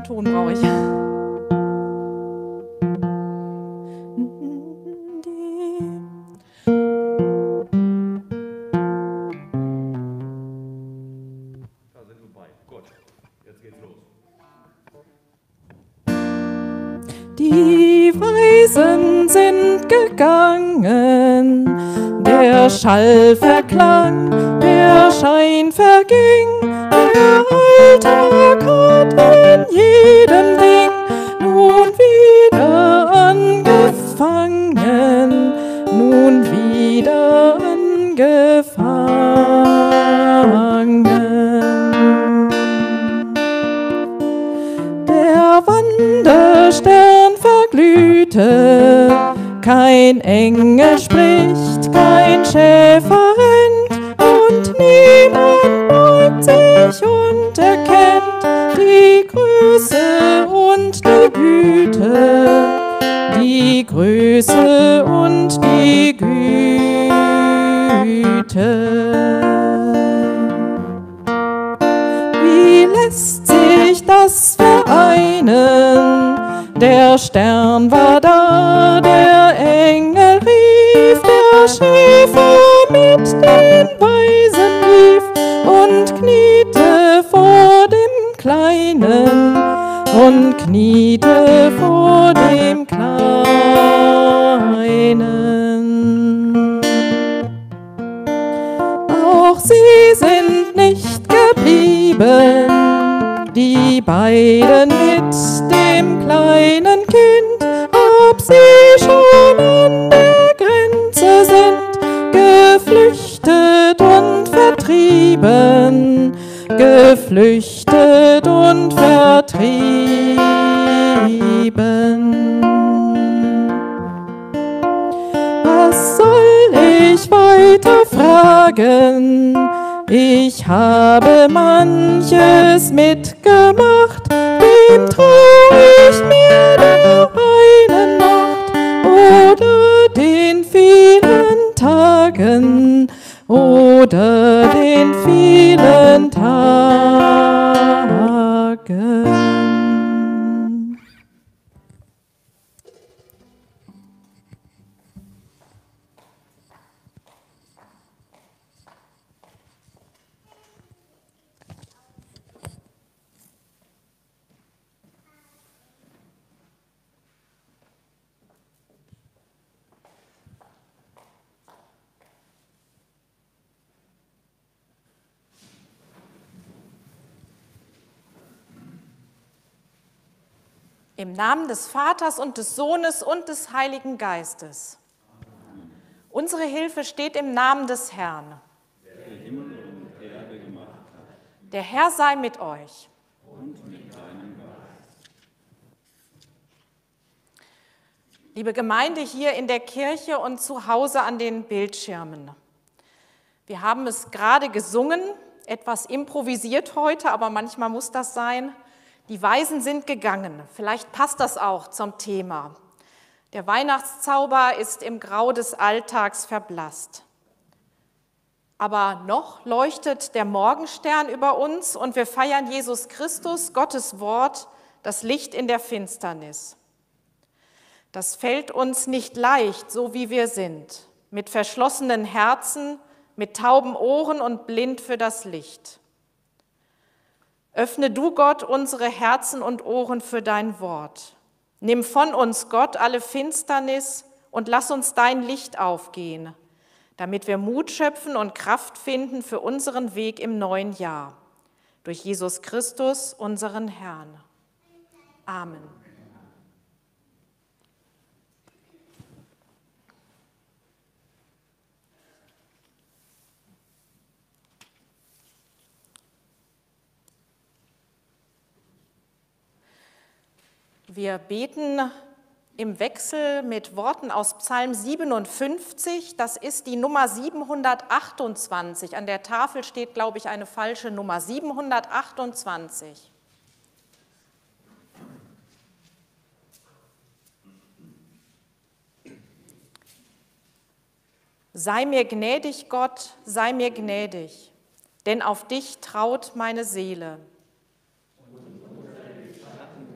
Ton brauche ich. Da sind wir bei. Gut, jetzt geht's los. Die Weisen sind gegangen, der Schall verklang, der Schein verging, der Alltag hat in jedem Ding nun wieder angefangen, nun wieder angefangen. Der Wanderstern verglühte, kein Engel spricht, kein Schäfer rennt, und niemand beugt sich und erkennt die Größe und die Güte, die Größe und die Güte. Wie lässt sich das vereinen? Der Stern war da, der Engel rief, der Schäfer mit den Weisen lief und kniete vor dem Kleinen und kniete vor dem Kleinen. Auch sie sind nicht geblieben, die beiden mit dem kleinen Kind, ob sie schon an der Grenze sind, geflüchtet und vertrieben, geflüchtet und vertrieben. Was soll ich weiter fragen? Ich habe manches mitgemacht, wem trau ich mir der einen Nacht oder den vielen Tagen oder den vielen Tagen. Im Namen des Vaters und des Sohnes und des Heiligen Geistes. Unsere Hilfe steht im Namen des Herrn. Der Himmel und Erde gemacht hat. Der Herr sei mit euch. Und mit deinem Geist. Liebe Gemeinde hier in der Kirche und zu Hause an den Bildschirmen. Wir haben es gerade gesungen, etwas improvisiert heute, aber manchmal muss das sein. Die Weisen sind gegangen. Vielleicht passt das auch zum Thema. Der Weihnachtszauber ist im Grau des Alltags verblasst. Aber noch leuchtet der Morgenstern über uns und wir feiern Jesus Christus, Gottes Wort, das Licht in der Finsternis. Das fällt uns nicht leicht, so wie wir sind, mit verschlossenen Herzen, mit tauben Ohren und blind für das Licht. Öffne du, Gott, unsere Herzen und Ohren für dein Wort. Nimm von uns, Gott, alle Finsternis und lass uns dein Licht aufgehen, damit wir Mut schöpfen und Kraft finden für unseren Weg im neuen Jahr. Durch Jesus Christus, unseren Herrn. Amen. Wir beten im Wechsel mit Worten aus Psalm 57, das ist die Nummer 728. An der Tafel steht, glaube ich, eine falsche Nummer, 728. Sei mir gnädig, Gott, sei mir gnädig, denn auf dich traut meine Seele.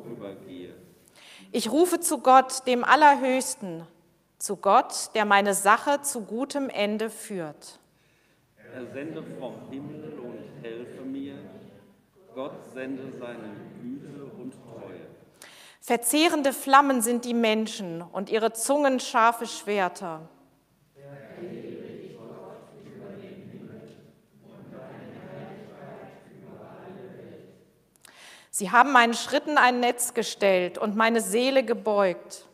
vorübergehe. Ich rufe zu Gott, dem Allerhöchsten, zu Gott, der meine Sache zu gutem Ende führt. Er sende vom Himmel und helfe mir. Gott sende seine Güte und Treue. Verzehrende Flammen sind die Menschen und ihre Zungen scharfe Schwerter. Sie haben meinen Schritten ein Netz gestellt und meine Seele gebeugt.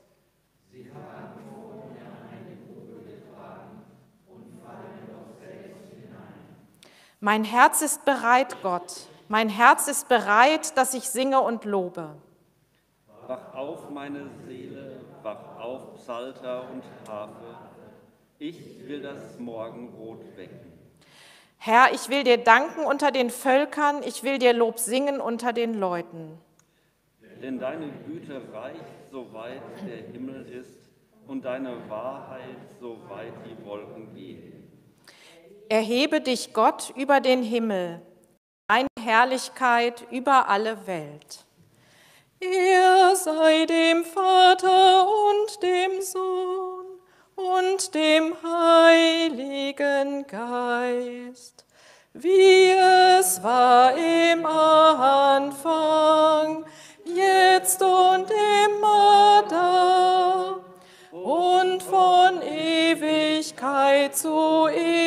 Mein Herz ist bereit, Gott. Mein Herz ist bereit, dass ich singe und lobe. Wach auf, meine Seele, wach auf, Psalter und Harfe. Ich will das Morgenrot wecken. Herr, ich will dir danken unter den Völkern, ich will dir Lob singen unter den Leuten. Denn deine Güte reicht, soweit der Himmel ist, und deine Wahrheit, soweit die Wolken gehen. Erhebe dich, Gott, über den Himmel, deine Herrlichkeit über alle Welt. Er sei dem Vater und dem Sohn und dem Heiligen Geist, wie es war im Anfang, jetzt und immer da und von Ewigkeit zu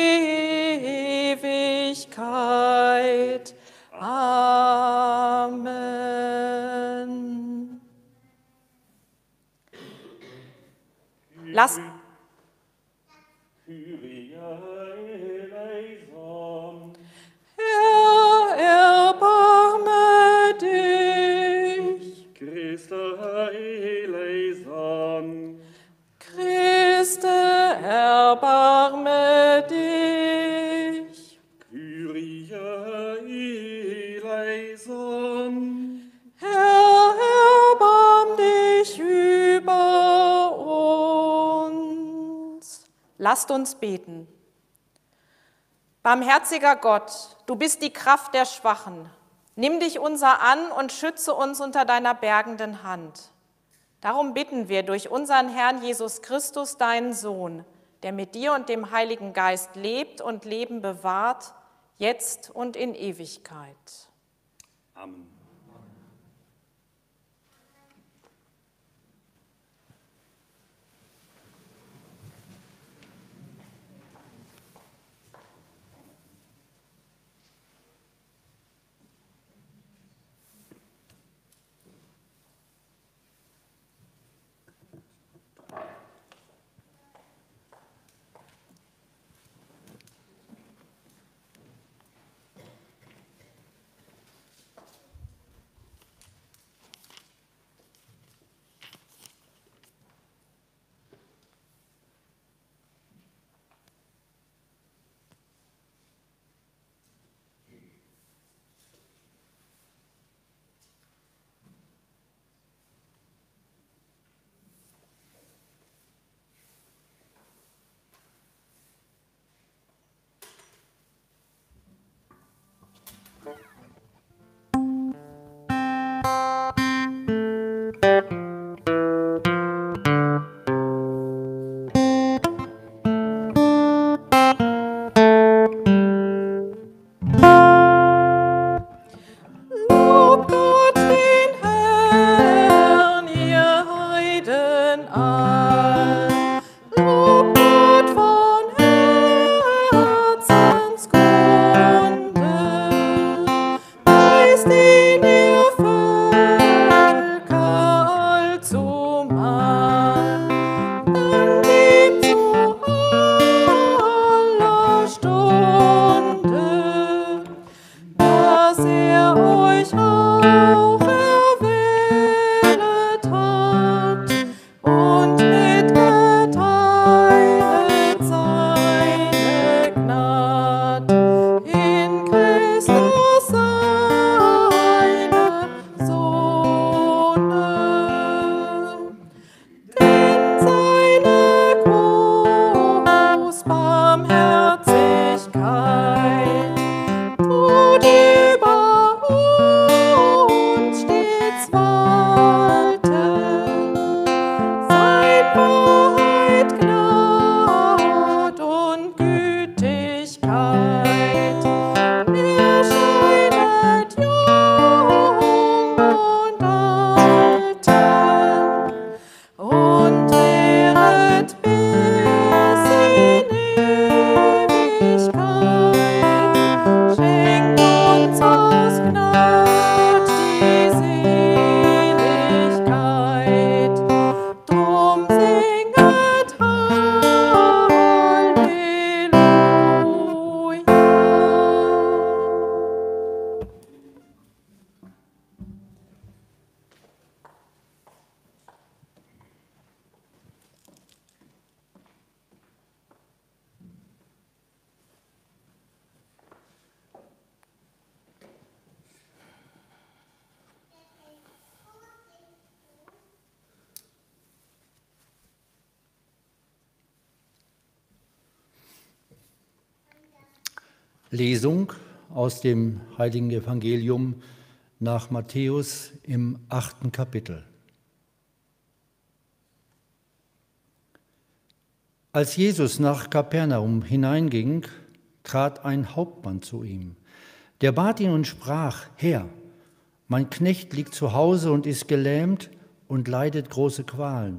Ewigkeit. Amen. Lass Herr, erbarme dich. Christe eleison. Christe, erbarme dich. Kyrie eleison. Herr, erbarm dich über uns. Lasst uns beten. Barmherziger Gott, du bist die Kraft der Schwachen. Nimm dich unser an und schütze uns unter deiner bergenden Hand. Darum bitten wir durch unseren Herrn Jesus Christus, deinen Sohn, der mit dir und dem Heiligen Geist lebt und Leben bewahrt, jetzt und in Ewigkeit. Amen. Lesung aus dem Heiligen Evangelium nach Matthäus im 8. Kapitel. Als Jesus nach Kapernaum hineinging, trat ein Hauptmann zu ihm. Der bat ihn und sprach: Herr, mein Knecht liegt zu Hause und ist gelähmt und leidet große Qualen.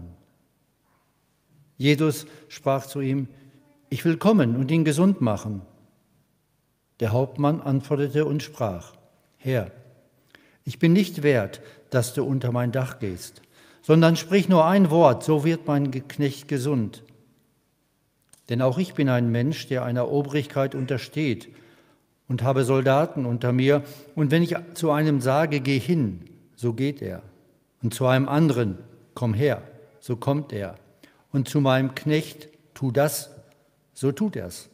Jesus sprach zu ihm: Ich will kommen und ihn gesund machen. Der Hauptmann antwortete und sprach: Herr, ich bin nicht wert, dass du unter mein Dach gehst, sondern sprich nur ein Wort, so wird mein Knecht gesund. Denn auch ich bin ein Mensch, der einer Obrigkeit untersteht und habe Soldaten unter mir. Und wenn ich zu einem sage, geh hin, so geht er. Und zu einem anderen, komm her, so kommt er. Und zu meinem Knecht, tu das, so tut er's.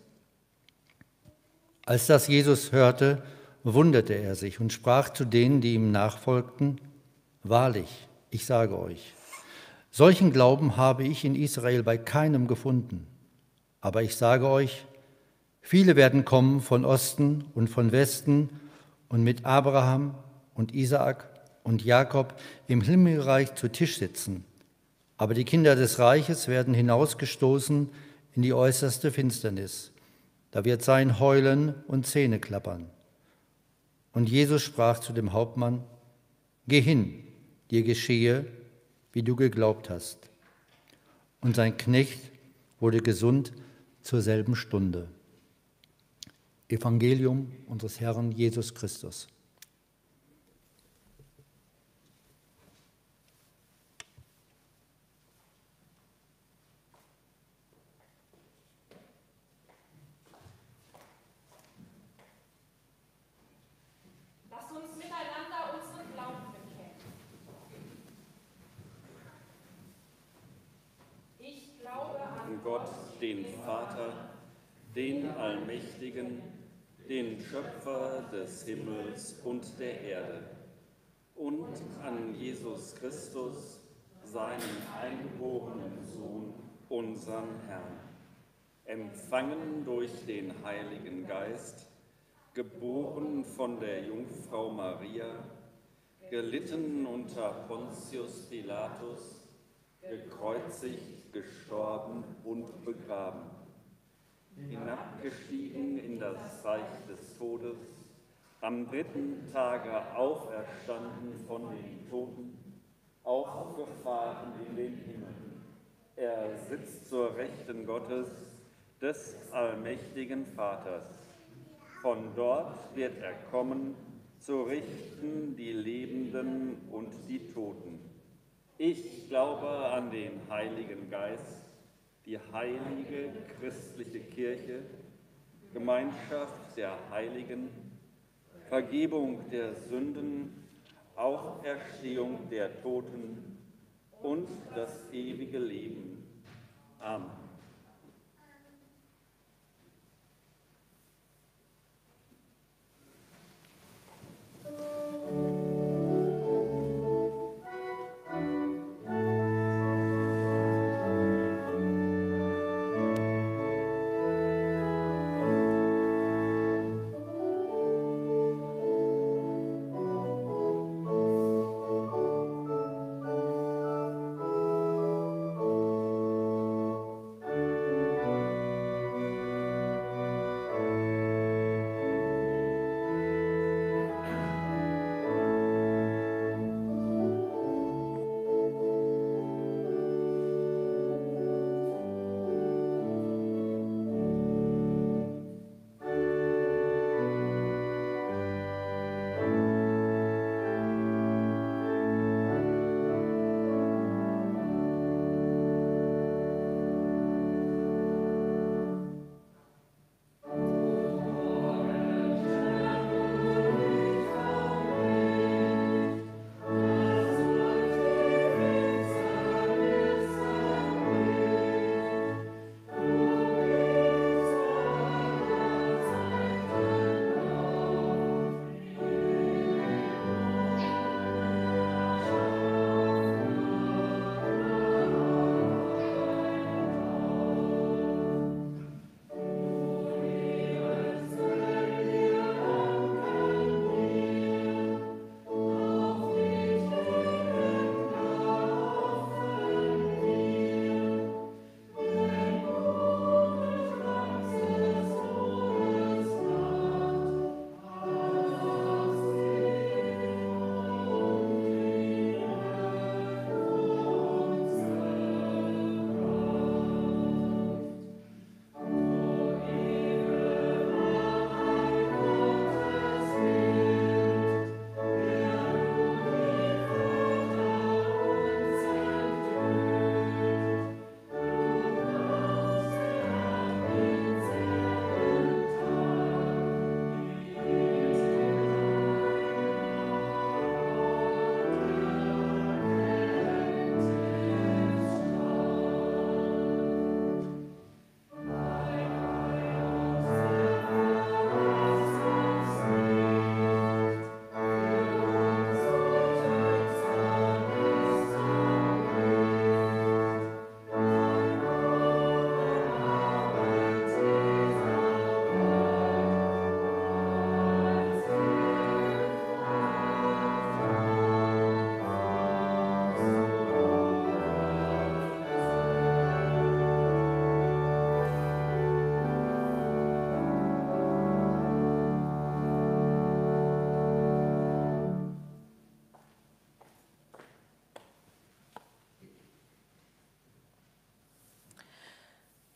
Als das Jesus hörte, wunderte er sich und sprach zu denen, die ihm nachfolgten: Wahrlich, ich sage euch, solchen Glauben habe ich in Israel bei keinem gefunden. Aber ich sage euch, viele werden kommen von Osten und von Westen und mit Abraham und Isaak und Jakob im Himmelreich zu Tisch sitzen. Aber die Kinder des Reiches werden hinausgestoßen in die äußerste Finsternis. Da wird sein Heulen und Zähneklappern. Und Jesus sprach zu dem Hauptmann: Geh hin, dir geschehe, wie du geglaubt hast. Und sein Knecht wurde gesund zur selben Stunde. Evangelium unseres Herrn Jesus Christus. Lasst uns miteinander unseren Glauben bekennen. Ich glaube an Gott, den Vater, den Allmächtigen, den Schöpfer des Himmels und der Erde, und an Jesus Christus, seinen eingeborenen Sohn, unseren Herrn, empfangen durch den Heiligen Geist, geboren von der Jungfrau Maria, gelitten unter Pontius Pilatus, gekreuzigt, gestorben und begraben, hinabgestiegen in das Reich des Todes, am dritten Tage auferstanden von den Toten, aufgefahren in den Himmel. Er sitzt zur Rechten Gottes, des allmächtigen Vaters. Von dort wird er kommen, zu richten die Lebenden und die Toten. Ich glaube an den Heiligen Geist, die heilige christliche Kirche, Gemeinschaft der Heiligen, Vergebung der Sünden, Auferstehung der Toten und das ewige Leben. Amen.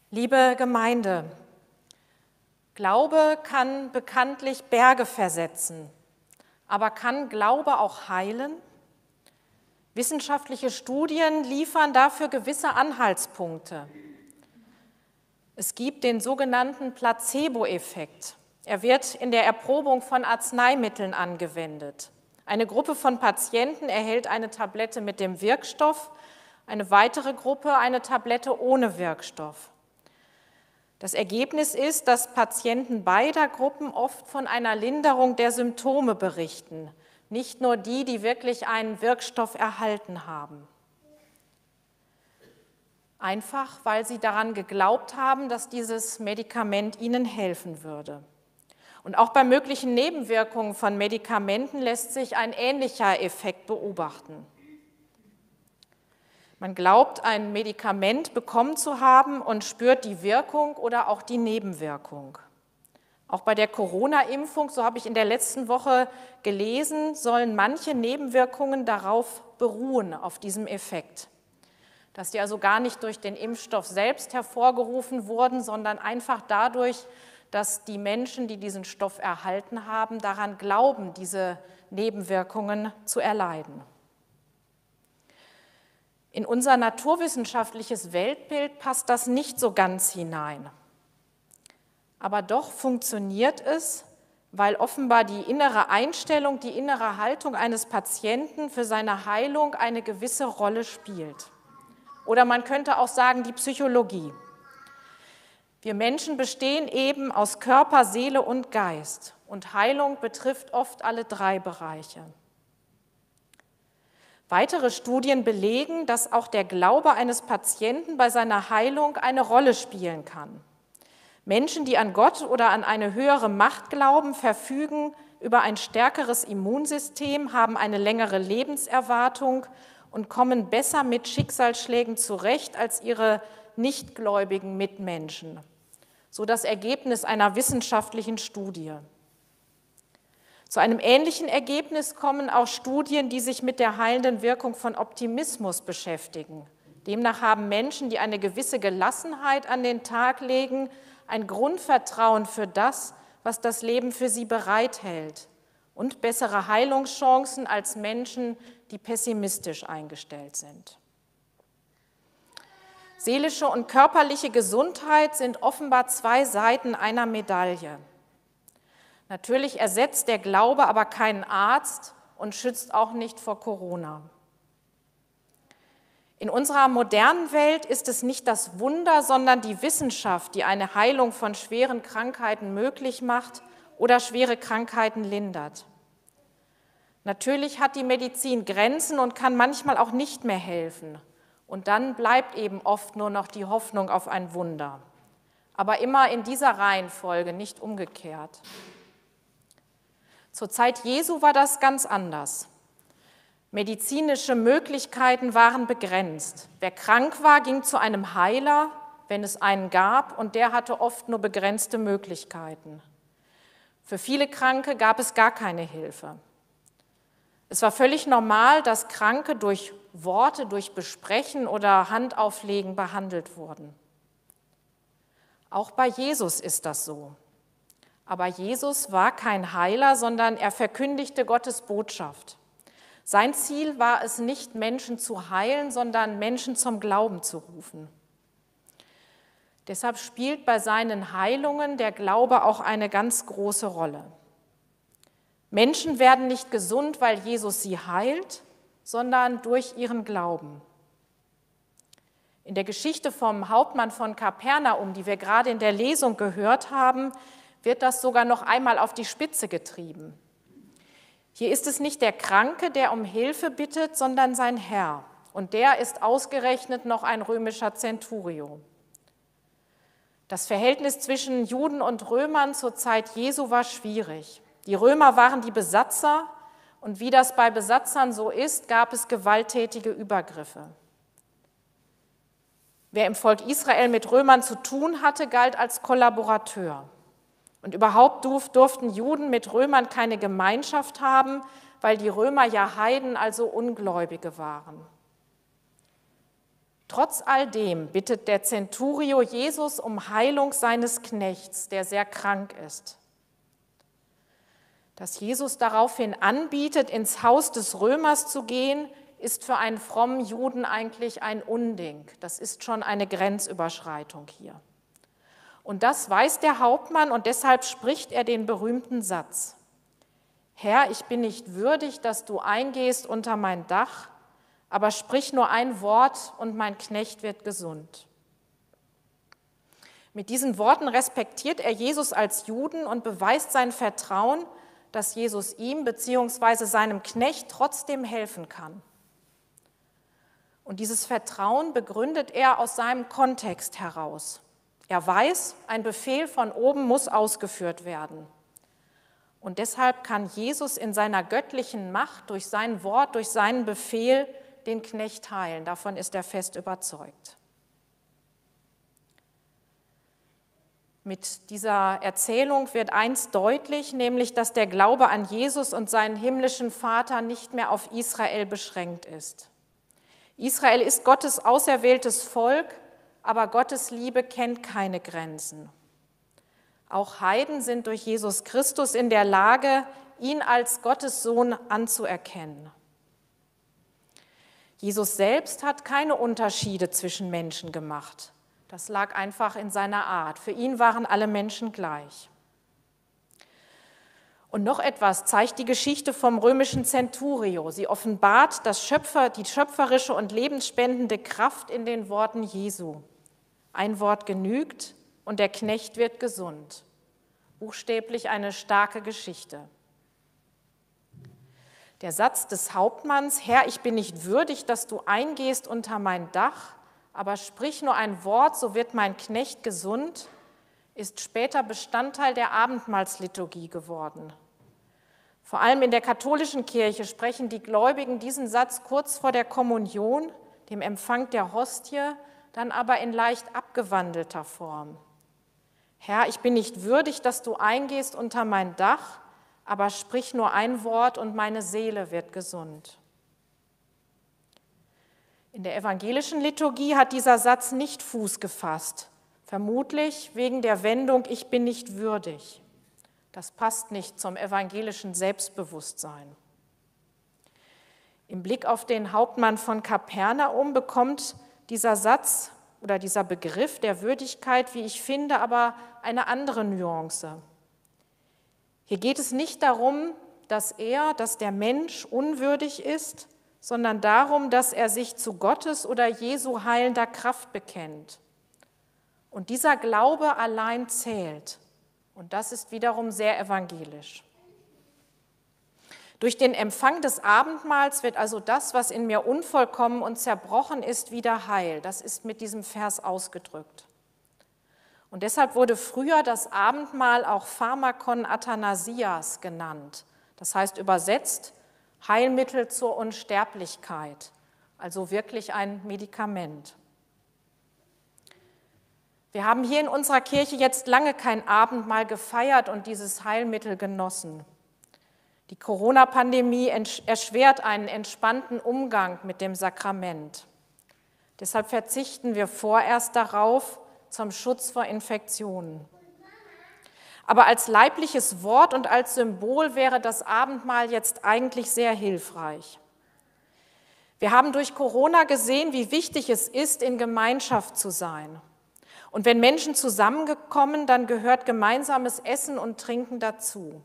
Liebe Gemeinde, Glaube kann bekanntlich Berge versetzen, aber kann Glaube auch heilen? Wissenschaftliche Studien liefern dafür gewisse Anhaltspunkte. Es gibt den sogenannten Placebo-Effekt. Er wird in der Erprobung von Arzneimitteln angewendet. Eine Gruppe von Patienten erhält eine Tablette mit dem Wirkstoff, eine weitere Gruppe eine Tablette ohne Wirkstoff. Das Ergebnis ist, dass Patienten beider Gruppen oft von einer Linderung der Symptome berichten, nicht nur die, die wirklich einen Wirkstoff erhalten haben. Einfach, weil sie daran geglaubt haben, dass dieses Medikament ihnen helfen würde. Und auch bei möglichen Nebenwirkungen von Medikamenten lässt sich ein ähnlicher Effekt beobachten. Man glaubt, ein Medikament bekommen zu haben und spürt die Wirkung oder auch die Nebenwirkung. Auch bei der Corona-Impfung, so habe ich in der letzten Woche gelesen, sollen manche Nebenwirkungen darauf beruhen, auf diesem Effekt. Dass die also gar nicht durch den Impfstoff selbst hervorgerufen wurden, sondern einfach dadurch, dass die Menschen, die diesen Stoff erhalten haben, daran glauben, diese Nebenwirkungen zu erleiden. In unser naturwissenschaftliches Weltbild passt das nicht so ganz hinein. Aber doch funktioniert es, weil offenbar die innere Einstellung, die innere Haltung eines Patienten für seine Heilung eine gewisse Rolle spielt. Oder man könnte auch sagen, die Psychologie. Wir Menschen bestehen eben aus Körper, Seele und Geist. Und Heilung betrifft oft alle drei Bereiche. Weitere Studien belegen, dass auch der Glaube eines Patienten bei seiner Heilung eine Rolle spielen kann. Menschen, die an Gott oder an eine höhere Macht glauben, verfügen über ein stärkeres Immunsystem, haben eine längere Lebenserwartung und kommen besser mit Schicksalsschlägen zurecht als ihre nichtgläubigen Mitmenschen. So das Ergebnis einer wissenschaftlichen Studie. Zu einem ähnlichen Ergebnis kommen auch Studien, die sich mit der heilenden Wirkung von Optimismus beschäftigen. Demnach haben Menschen, die eine gewisse Gelassenheit an den Tag legen, ein Grundvertrauen für das, was das Leben für sie bereithält und bessere Heilungschancen als Menschen, die pessimistisch eingestellt sind. Seelische und körperliche Gesundheit sind offenbar zwei Seiten einer Medaille. Natürlich ersetzt der Glaube aber keinen Arzt und schützt auch nicht vor Corona. In unserer modernen Welt ist es nicht das Wunder, sondern die Wissenschaft, die eine Heilung von schweren Krankheiten möglich macht oder schwere Krankheiten lindert. Natürlich hat die Medizin Grenzen und kann manchmal auch nicht mehr helfen. Und dann bleibt eben oft nur noch die Hoffnung auf ein Wunder. Aber immer in dieser Reihenfolge, nicht umgekehrt. Zur Zeit Jesu war das ganz anders. Medizinische Möglichkeiten waren begrenzt. Wer krank war, ging zu einem Heiler, wenn es einen gab, und der hatte oft nur begrenzte Möglichkeiten. Für viele Kranke gab es gar keine Hilfe. Es war völlig normal, dass Kranke durch Worte, durch Besprechen oder Handauflegen behandelt wurden. Auch bei Jesus ist das so. Aber Jesus war kein Heiler, sondern er verkündigte Gottes Botschaft. Sein Ziel war es nicht, Menschen zu heilen, sondern Menschen zum Glauben zu rufen. Deshalb spielt bei seinen Heilungen der Glaube auch eine ganz große Rolle. Menschen werden nicht gesund, weil Jesus sie heilt, sondern durch ihren Glauben. In der Geschichte vom Hauptmann von Kapernaum, die wir gerade in der Lesung gehört haben, wird das sogar noch einmal auf die Spitze getrieben. Hier ist es nicht der Kranke, der um Hilfe bittet, sondern sein Herr. Und der ist ausgerechnet noch ein römischer Centurio. Das Verhältnis zwischen Juden und Römern zur Zeit Jesu war schwierig. Die Römer waren die Besatzer und wie das bei Besatzern so ist, gab es gewalttätige Übergriffe. Wer im Volk Israel mit Römern zu tun hatte, galt als Kollaborateur. Und überhaupt durften Juden mit Römern keine Gemeinschaft haben, weil die Römer ja Heiden, also Ungläubige waren. Trotz all dem bittet der Centurio Jesus um Heilung seines Knechts, der sehr krank ist. Dass Jesus daraufhin anbietet, ins Haus des Römers zu gehen, ist für einen frommen Juden eigentlich ein Unding. Das ist schon eine Grenzüberschreitung hier. Und das weiß der Hauptmann und deshalb spricht er den berühmten Satz: Herr, ich bin nicht würdig, dass du eingehst unter mein Dach, aber sprich nur ein Wort und mein Knecht wird gesund. Mit diesen Worten respektiert er Jesus als Juden und beweist sein Vertrauen, dass Jesus ihm bzw. seinem Knecht trotzdem helfen kann. Und dieses Vertrauen begründet er aus seinem Kontext heraus. Er weiß, ein Befehl von oben muss ausgeführt werden. Und deshalb kann Jesus in seiner göttlichen Macht, durch sein Wort, durch seinen Befehl, den Knecht heilen. Davon ist er fest überzeugt. Mit dieser Erzählung wird eins deutlich, nämlich, dass der Glaube an Jesus und seinen himmlischen Vater nicht mehr auf Israel beschränkt ist. Israel ist Gottes auserwähltes Volk, aber Gottes Liebe kennt keine Grenzen. Auch Heiden sind durch Jesus Christus in der Lage, ihn als Gottes Sohn anzuerkennen. Jesus selbst hat keine Unterschiede zwischen Menschen gemacht. Das lag einfach in seiner Art. Für ihn waren alle Menschen gleich. Und noch etwas zeigt die Geschichte vom römischen Centurio. Sie offenbart die schöpferische und lebensspendende Kraft in den Worten Jesu. Ein Wort genügt und der Knecht wird gesund. Buchstäblich eine starke Geschichte. Der Satz des Hauptmanns, Herr, ich bin nicht würdig, dass du eingehst unter mein Dach, aber sprich nur ein Wort, so wird mein Knecht gesund, ist später Bestandteil der Abendmahlsliturgie geworden. Vor allem in der katholischen Kirche sprechen die Gläubigen diesen Satz kurz vor der Kommunion, dem Empfang der Hostie, dann aber in leicht abgewandelter Form. Herr, ich bin nicht würdig, dass du eingehst unter mein Dach, aber sprich nur ein Wort und meine Seele wird gesund. In der evangelischen Liturgie hat dieser Satz nicht Fuß gefasst, vermutlich wegen der Wendung, ich bin nicht würdig. Das passt nicht zum evangelischen Selbstbewusstsein. Im Blick auf den Hauptmann von Kapernaum bekommt dieser Satz oder dieser Begriff der Würdigkeit, wie ich finde, aber eine andere Nuance. Hier geht es nicht darum, dass der Mensch unwürdig ist, sondern darum, dass er sich zu Gottes oder Jesu heilender Kraft bekennt. Und dieser Glaube allein zählt. Und das ist wiederum sehr evangelisch. Durch den Empfang des Abendmahls wird also das, was in mir unvollkommen und zerbrochen ist, wieder heil. Das ist mit diesem Vers ausgedrückt. Und deshalb wurde früher das Abendmahl auch Pharmakon Athanasias genannt. Das heißt übersetzt Heilmittel zur Unsterblichkeit, also wirklich ein Medikament. Wir haben hier in unserer Kirche jetzt lange kein Abendmahl gefeiert und dieses Heilmittel genossen. Die Corona-Pandemie erschwert einen entspannten Umgang mit dem Sakrament. Deshalb verzichten wir vorerst darauf zum Schutz vor Infektionen. Aber als leibliches Wort und als Symbol wäre das Abendmahl jetzt eigentlich sehr hilfreich. Wir haben durch Corona gesehen, wie wichtig es ist, in Gemeinschaft zu sein. Und wenn Menschen zusammenkommen, dann gehört gemeinsames Essen und Trinken dazu.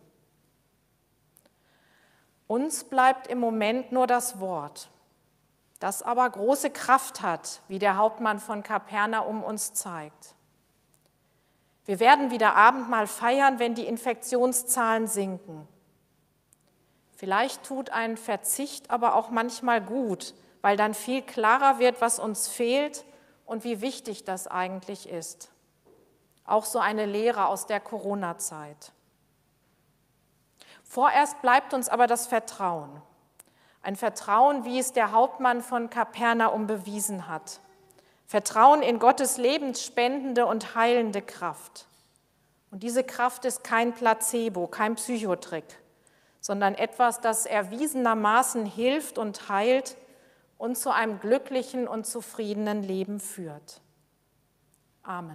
Uns bleibt im Moment nur das Wort, das aber große Kraft hat, wie der Hauptmann von Kapernaum uns zeigt. Wir werden wieder Abendmahl feiern, wenn die Infektionszahlen sinken. Vielleicht tut ein Verzicht aber auch manchmal gut, weil dann viel klarer wird, was uns fehlt und wie wichtig das eigentlich ist. Auch so eine Lehre aus der Corona-Zeit. Vorerst bleibt uns aber das Vertrauen. Ein Vertrauen, wie es der Hauptmann von Kapernaum bewiesen hat. Vertrauen in Gottes lebensspendende und heilende Kraft. Und diese Kraft ist kein Placebo, kein Psychotrick, sondern etwas, das erwiesenermaßen hilft und heilt und zu einem glücklichen und zufriedenen Leben führt. Amen.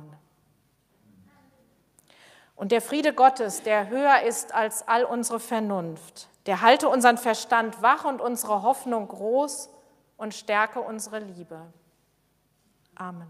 Und der Friede Gottes, der höher ist als all unsere Vernunft, der halte unseren Verstand wach und unsere Hoffnung groß und stärke unsere Liebe. Amen.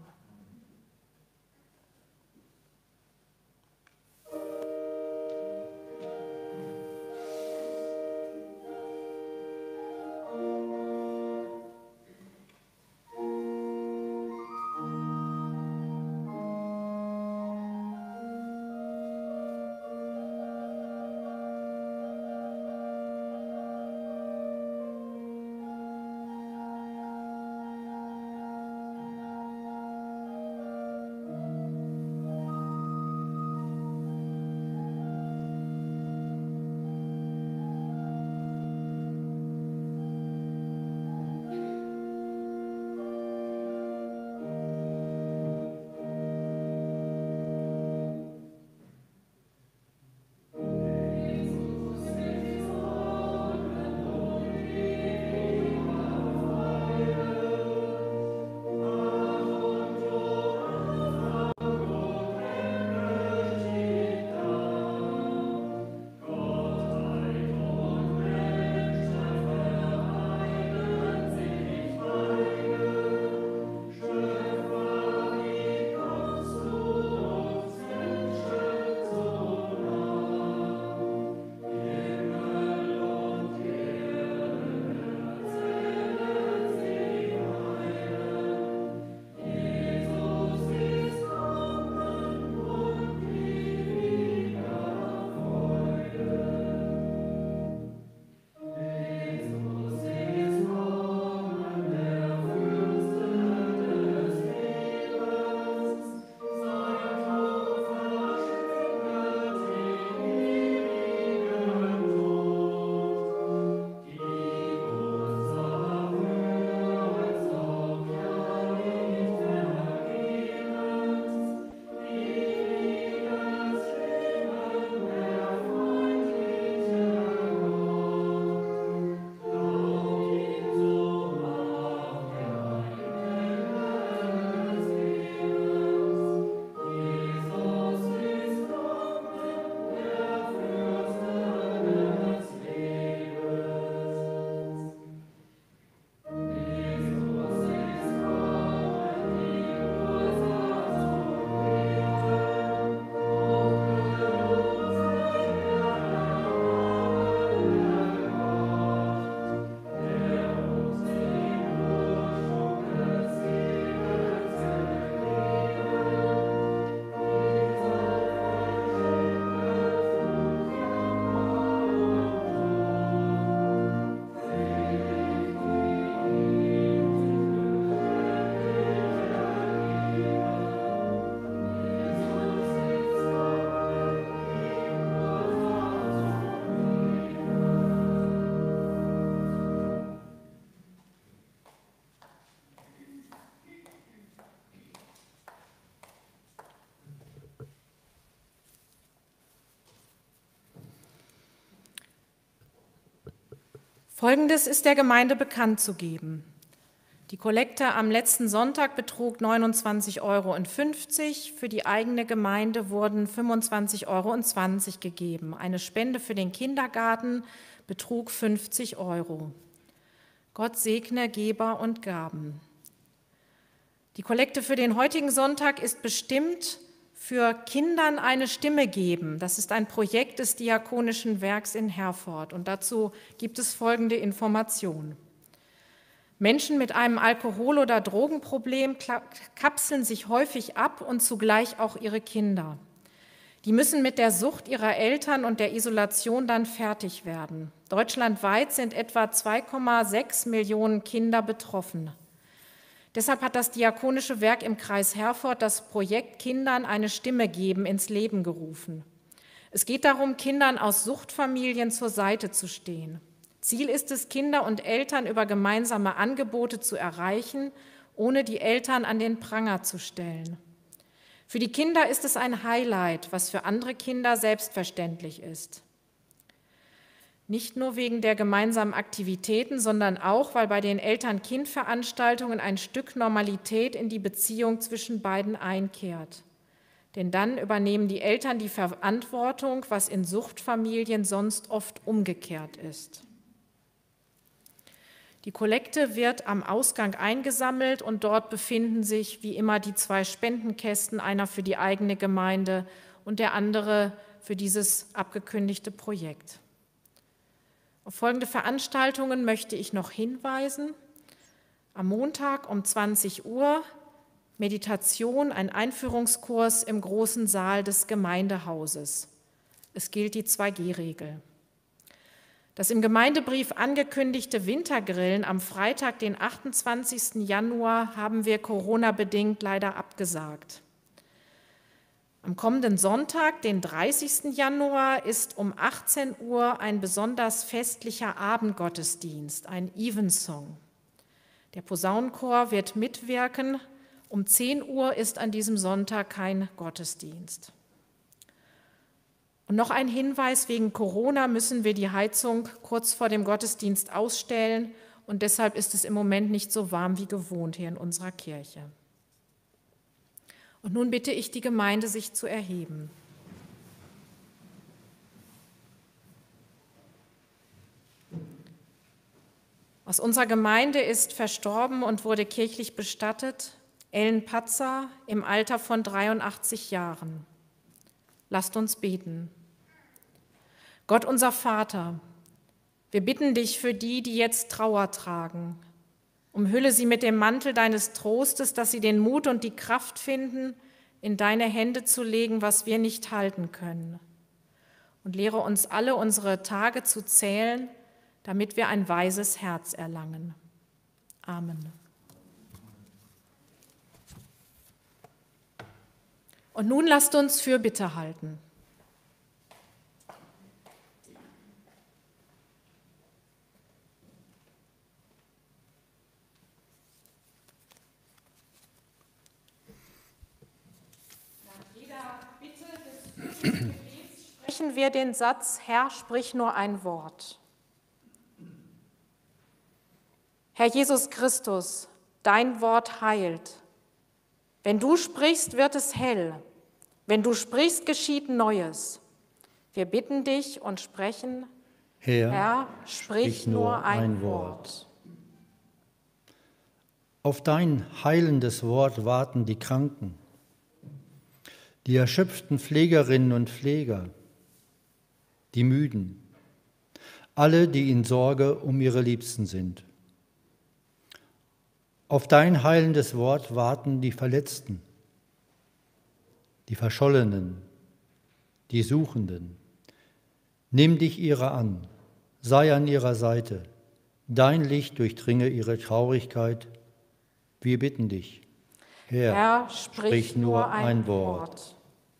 Folgendes ist der Gemeinde bekannt zu geben. Die Kollekte am letzten Sonntag betrug 29,50 €. Für die eigene Gemeinde wurden 25,20 € gegeben. Eine Spende für den Kindergarten betrug 50 €. Gott segne Geber und Gaben. Die Kollekte für den heutigen Sonntag ist bestimmt für Kindern eine Stimme geben. Das ist ein Projekt des Diakonischen Werks in Herford und dazu gibt es folgende Information. Menschen mit einem Alkohol- oder Drogenproblem kapseln sich häufig ab und zugleich auch ihre Kinder. Die müssen mit der Sucht ihrer Eltern und der Isolation dann fertig werden. Deutschlandweit sind etwa 2,6 Millionen Kinder betroffen. Deshalb hat das Diakonische Werk im Kreis Herford das Projekt Kindern eine Stimme geben ins Leben gerufen. Es geht darum, Kindern aus Suchtfamilien zur Seite zu stehen. Ziel ist es, Kinder und Eltern über gemeinsame Angebote zu erreichen, ohne die Eltern an den Pranger zu stellen. Für die Kinder ist es ein Highlight, was für andere Kinder selbstverständlich ist. Nicht nur wegen der gemeinsamen Aktivitäten, sondern auch, weil bei den Eltern-Kind-Veranstaltungen ein Stück Normalität in die Beziehung zwischen beiden einkehrt. Denn dann übernehmen die Eltern die Verantwortung, was in Suchtfamilien sonst oft umgekehrt ist. Die Kollekte wird am Ausgang eingesammelt und dort befinden sich wie immer die 2 Spendenkästen, einer für die eigene Gemeinde und der andere für dieses abgekündigte Projekt. Auf folgende Veranstaltungen möchte ich noch hinweisen. Am Montag um 20 Uhr Meditation, ein Einführungskurs im großen Saal des Gemeindehauses. Es gilt die 2G-Regel. Das im Gemeindebrief angekündigte Wintergrillen am Freitag, den 28. Januar, haben wir Corona-bedingt leider abgesagt. Am kommenden Sonntag, den 30. Januar, ist um 18 Uhr ein besonders festlicher Abendgottesdienst, ein Evensong. Der Posaunenchor wird mitwirken. Um 10 Uhr ist an diesem Sonntag kein Gottesdienst. Und noch ein Hinweis: Wegen Corona müssen wir die Heizung kurz vor dem Gottesdienst ausstellen und deshalb ist es im Moment nicht so warm wie gewohnt hier in unserer Kirche. Und nun bitte ich die Gemeinde, sich zu erheben. Aus unserer Gemeinde ist verstorben und wurde kirchlich bestattet Ellen Patzer im Alter von 83 Jahren. Lasst uns beten. Gott, unser Vater, wir bitten dich für die, die jetzt Trauer tragen. Umhülle sie mit dem Mantel deines Trostes, dass sie den Mut und die Kraft finden, in deine Hände zu legen, was wir nicht halten können. Und lehre uns alle, unsere Tage zu zählen, damit wir ein weises Herz erlangen. Amen. Und nun lasst uns Fürbitte halten. Sprechen wir den Satz: Herr, sprich nur ein Wort. Herr Jesus Christus, dein Wort heilt. Wenn du sprichst, wird es hell. Wenn du sprichst, geschieht Neues. Wir bitten dich und sprechen: Herr, sprich nur ein Wort. Auf dein heilendes Wort warten die Kranken, die erschöpften Pflegerinnen und Pfleger, die Müden, alle, die in Sorge um ihre Liebsten sind. Auf dein heilendes Wort warten die Verletzten, die Verschollenen, die Suchenden. Nimm dich ihrer an, sei an ihrer Seite. Dein Licht durchdringe ihre Traurigkeit. Wir bitten dich. Herr, sprich nur ein Wort.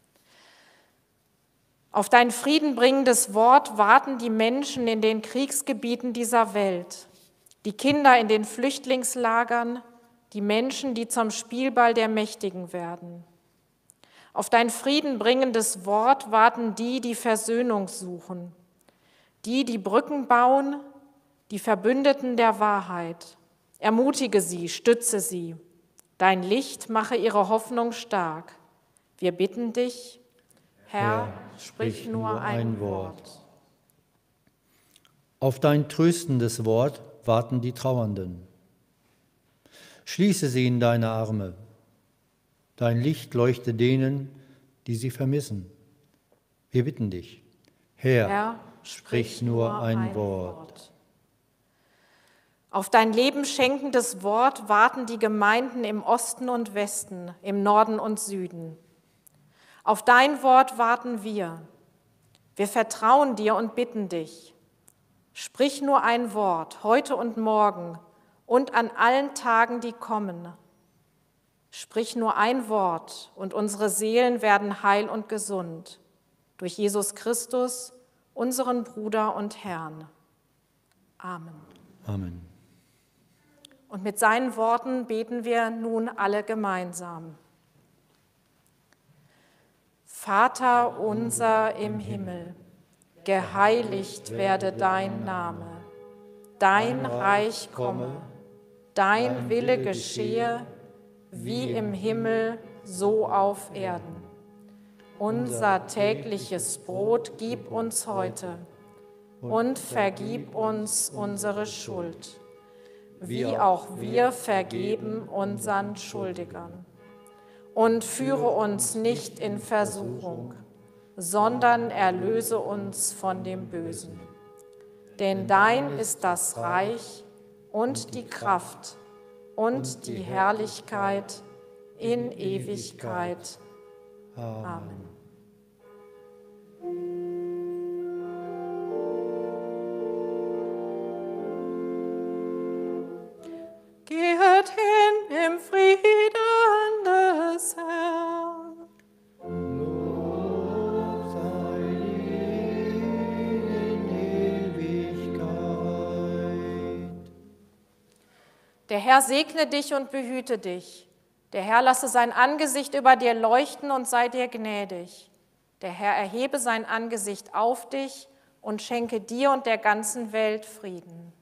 Auf dein friedenbringendes Wort warten die Menschen in den Kriegsgebieten dieser Welt, die Kinder in den Flüchtlingslagern, die Menschen, die zum Spielball der Mächtigen werden. Auf dein friedenbringendes Wort warten die, die Versöhnung suchen, die Brücken bauen, die Verbündeten der Wahrheit. Ermutige sie, stütze sie. Dein Licht mache ihre Hoffnung stark. Wir bitten dich, Herr, sprich nur ein Wort. Auf dein tröstendes Wort warten die Trauernden. Schließe sie in deine Arme. Dein Licht leuchte denen, die sie vermissen. Wir bitten dich, Herr, sprich nur ein Wort. Auf dein lebenschenkendes Wort warten die Gemeinden im Osten und Westen, im Norden und Süden. Auf dein Wort warten wir. Wir vertrauen dir und bitten dich. Sprich nur ein Wort, heute und morgen und an allen Tagen, die kommen. Sprich nur ein Wort und unsere Seelen werden heil und gesund. Durch Jesus Christus, unseren Bruder und Herrn. Amen. Amen. Und mit seinen Worten beten wir nun alle gemeinsam. Vater unser im Himmel, geheiligt werde dein Name, dein Reich komme, dein Wille geschehe, wie im Himmel, so auf Erden. Unser tägliches Brot gib uns heute und vergib uns unsere Schuld, wie auch wir vergeben unseren Schuldigern. Und führe uns nicht in Versuchung, sondern erlöse uns von dem Bösen. Denn dein ist das Reich und die Kraft und die Herrlichkeit in Ewigkeit. Amen. Geht hin im Frieden des Herrn. Lob sei in Ewigkeit. Der Herr segne dich und behüte dich. Der Herr lasse sein Angesicht über dir leuchten und sei dir gnädig. Der Herr erhebe sein Angesicht auf dich und schenke dir und der ganzen Welt Frieden.